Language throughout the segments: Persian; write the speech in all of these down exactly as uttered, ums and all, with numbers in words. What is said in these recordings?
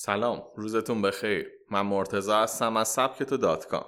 سلام، روزتون بخیر. من مرتضی هستم از سبکتو دات کام.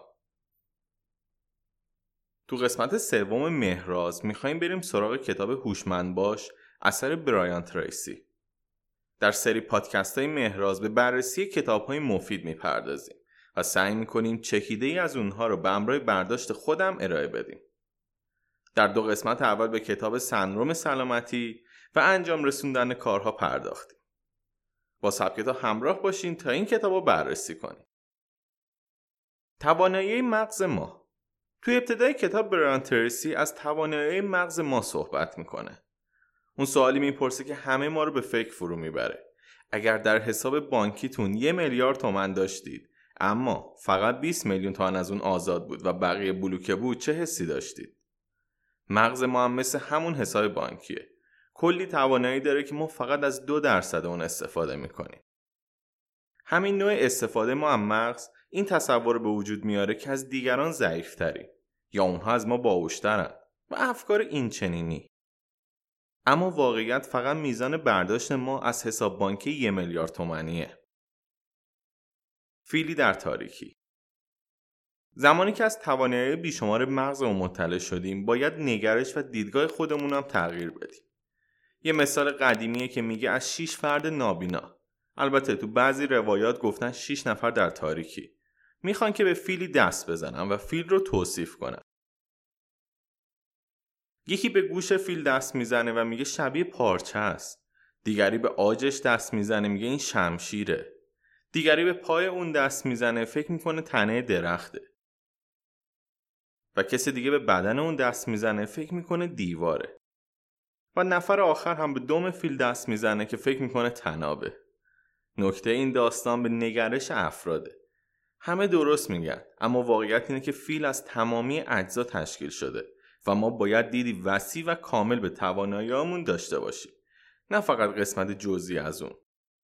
تو قسمت سوم مهراز میخوایم بریم سراغ کتاب هوشمند باش اثر برایان تریسی. در سری پادکست های مهراز به بررسی کتاب های مفید میپردازیم و سعی میکنیم چکیده ای از اونها رو به همراه برداشت خودم ارائه بدیم. در دو قسمت اول به کتاب سندرم سلامتی و انجام رسوندن کارها پرداختیم. با سبکتو همراه باشین تا این کتاب رو بررسی کنیم. توانایی مغز ما. توی ابتدای کتاب برایان تریسی از توانایی مغز ما صحبت میکنه. اون سوالی میپرسه که همه ما رو به فکر فرو میبره. اگر در حساب بانکیتون یه میلیارد تومان داشتید اما فقط بیست میلیون تومان از اون آزاد بود و بقیه بلوکه بود، چه حسی داشتید؟ مغز ما هم مثل همون حساب بانکیه. کلی توانایی داره که ما فقط از دو درصد اون استفاده میکنیم. همین نوع استفاده ما از مغز این تصور به وجود میاره که از دیگران ضعیف‌تریم یا اونها از ما باهوش‌ترن و افکار این چنینی. اما واقعیت فقط میزان برداشت ما از حساب بانکی یه میلیارد تومانیه. فیلی در تاریکی. زمانی که از توانایی بیشمار مغزمون مطلع شدیم، باید نگرش و دیدگاه خودمون هم تغییر بدیم. یه مثال قدیمیه که میگه از شش فرد نابینا. البته تو بعضی روایات گفتن شش نفر در تاریکی. میخوان که به فیلی دست بزنن و فیل رو توصیف کنن. یکی به گوش فیل دست میزنه و میگه شبیه پارچه است. دیگری به عاجش دست میزنه، میگه این شمشیره. دیگری به پای اون دست میزنه، فکر میکنه تنه درخته. و کسی دیگه به بدن اون دست میزنه، فکر میکنه دیواره. و نفر آخر هم به دم فیل دست میزنه که فکر میکنه طنابه. نکته این داستان به نگرش افراده. همه درست میگن، اما واقعیت اینه که فیل از تمامی اجزا تشکیل شده و ما باید دیدی وسیع و کامل به توانایی‌هامون داشته باشیم، نه فقط قسمت جزئی از اون.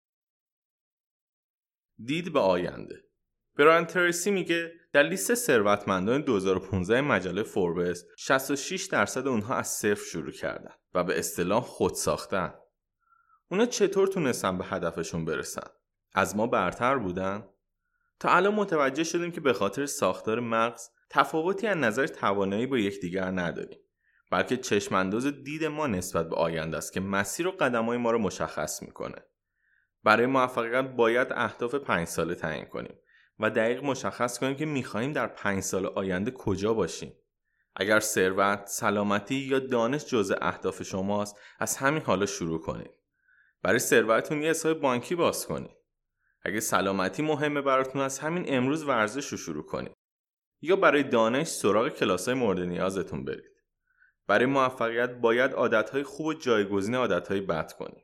دید به آینده. برایان تریسی میگه در لیست ثروتمندان دو هزار و پانزده مجله فوربس شصت و شش درصد اونها از صفر شروع کردن و به اصطلاح خود ساختن. اونا چطور تونستن به هدفشون برسن؟ از ما برتر بودن؟ تا الان متوجه شدیم که به خاطر ساختار مغز تفاوتی از نظر توانایی با یکدیگر نداریم، بلکه چشمانداز دید ما نسبت به آینده است که مسیر و قدم‌های ما رو مشخص میکنه. برای موفقیت باید اهداف پنج ساله تعیین کنیم و دقیق مشخص کنیم که میخوایم در پنج سال آینده کجا باشیم. اگر ثروت، سلامتی یا دانش جزء اهداف شماست، از همین حالا شروع کنید. برای ثروتتون یه حساب بانکی باز کنید. اگه سلامتی مهمه براتون، از همین امروز ورزش رو شروع کنید. یا برای دانش سراغ کلاس‌های مورد نیازتون برید. برای موفقیت باید عادت‌های خوب و جایگزین عادت‌های بد کنید.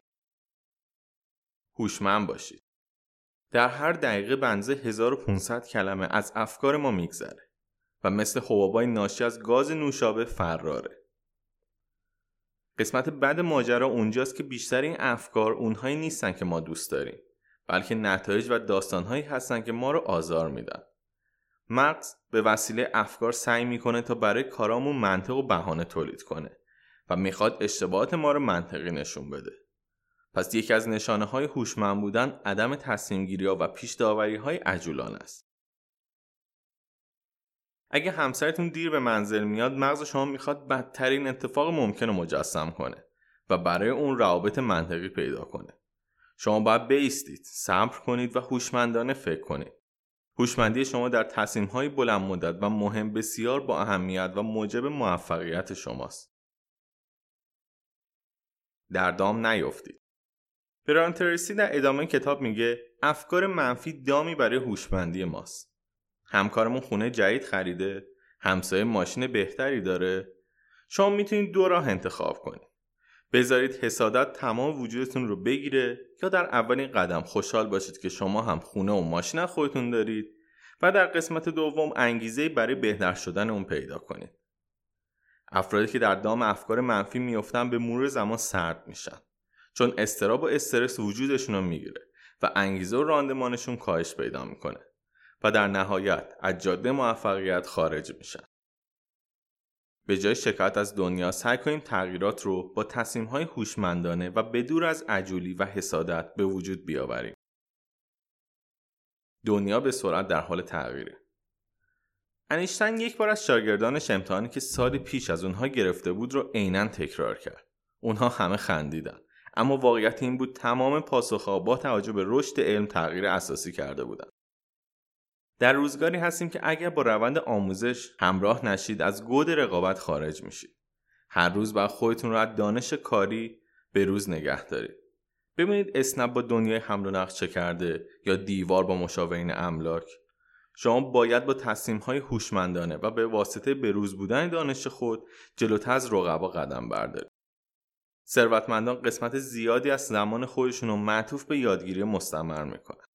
هوشمند باشید. در هر دقیقه بنزه هزار و پانصد کلمه از افکار ما میگذره و مثل حبابای ناشی از گاز نوشابه فراره. قسمت بعد ماجرا اونجاست که بیشتر این افکار اونهایی نیستن که ما دوست داریم، بلکه نتایج و داستانهایی هستن که ما رو آزار میدن. مغز به وسیله افکار سعی میکنه تا برای کارامون منطق و بهانه تولید کنه و میخواد اشتباهات ما رو منطقی نشون بده. پس یکی از نشانه های هوشمند بودن عدم تصمیم گیری ها و پیش داوری های عجولانه است. اگه همسرتون دیر به منزل میاد، مغز شما میخواد بدترین اتفاق ممکن رو مجسم کنه و برای اون روابط منطقی پیدا کنه. شما باید بایستید، صبر کنید و هوشمندانه فکر کنید. هوشمندی شما در تصمیم‌های بلند مدت و مهم بسیار با اهمیت و موجب موفقیت شماست. در دام نیفتید. برایان تریسی در ادامه کتاب میگه افکار منفی دامی برای هوشمندی ماست. همکارمون خونه جدید خریده، همسایه ماشین بهتری داره. شما میتونید دو راه انتخاب کنید. بذارید حسادت تمام وجودتون رو بگیره یا در اولین قدم خوشحال باشید که شما هم خونه و ماشین خودتون دارید و در قسمت دوم انگیزه برای بهتر شدن اون پیدا کنید. افرادی که در دام افکار منفی میافتن به مرور زمان سرد میشن، چون اضطراب و استرس وجودشون رو میگیره و انگیزه و راندمانشون کاهش پیدا میکنه و در نهایت از جاده موفقیت خارج میشن. به جای شکایت از دنیا، سعی کنیم تغییرات رو با تصمیم‌های هوشمندانه و بدور از عجولی و حسادت به وجود بیاوریم. دنیا به سرعت در حال تغییره. انیشتین یک بار از شاگردانش امتحانی که سالی پیش از اونها گرفته بود رو عیناً تکرار کرد. اونها همه خندیدن، اما واقعیت این بود تمام پاسخها با توجه به رشد علم تغییر اساسی کرده بودند. در روزگاری هستیم که اگر با روند آموزش همراه نشید از گود رقابت خارج میشید. هر روز باید خودتون رو از دانش کاری به روز نگه دارید. ببینید اسنپ با دنیای حمل و نقل چه کرده یا دیوار با مشاورین املاک. شما باید با تصمیم‌های هوشمندانه و به واسطه بروز بودن دانش خود جلوتر از رقبا قدم بردارید. ثروتمندان قسمت زیادی از زمان خودشون رو معطوف به یادگیری مستمر میکنن.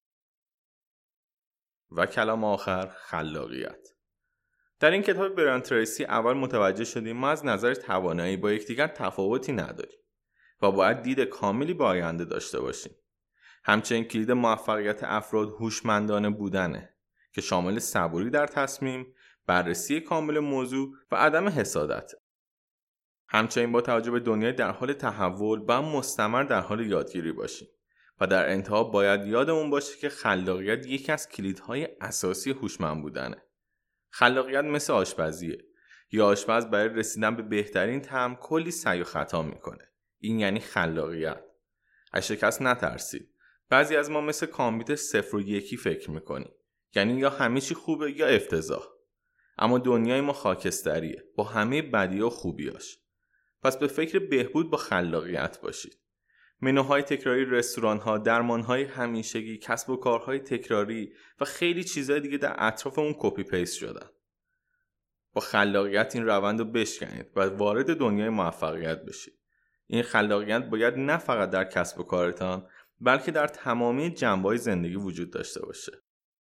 و کلام آخر، خلاقیت. در این کتاب برایان تریسی اول متوجه شدیم ما از نظر توانایی با یکدیگر تفاوتی نداریم و باید دید کاملی به آینده داشته باشیم. همچنین کلید موفقیت افراد هوشمندانه بودنه که شامل صبوری در تصمیم، بررسی کامل موضوع و عدم حسادت. همچنین با توجه به دنیای در حال تحول باید مستمر در حال یادگیری باشیم و در انتها باید یادمون باشه که خلاقیت یکی از کلیدهای اساسی هوشمند بودنه. خلاقیت مثل آشپزیه. یا آشپز برای رسیدن به بهترین طعم کلی سعی و خطا میکنه. این یعنی خلاقیت. از شکست نترسید. بعضی از ما مثل کامپیوتر صفر و یکی فکر میکنیم. یعنی یا همه چی خوبه یا افتضاح. اما دنیای ما خاکستریه با همه بدی و خوبیاش. پس به فکر بهبود با خلاقیت باشید. منوهای تکراری رستوران‌ها، درمان‌های همیشگی، کسب و کارهای تکراری و خیلی چیزهای دیگه در اطراف اون کپی پیست شدن. با خلاقیت این روند رو بشکنید و وارد دنیای موفقیت بشید. این خلاقیت باید نه فقط در کسب و کارتان بلکه در تمامی جنبه‌های زندگی وجود داشته باشه.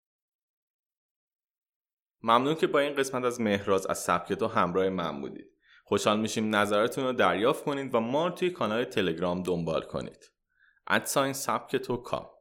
ممنون که با این قسمت از مهراز از سبکتو همراه من بودید. خوشحال میشیم نظراتتون رو دریافت کنید و ما رو توی کانال تلگرام دنبال کنید. ات ساین سبکتو کام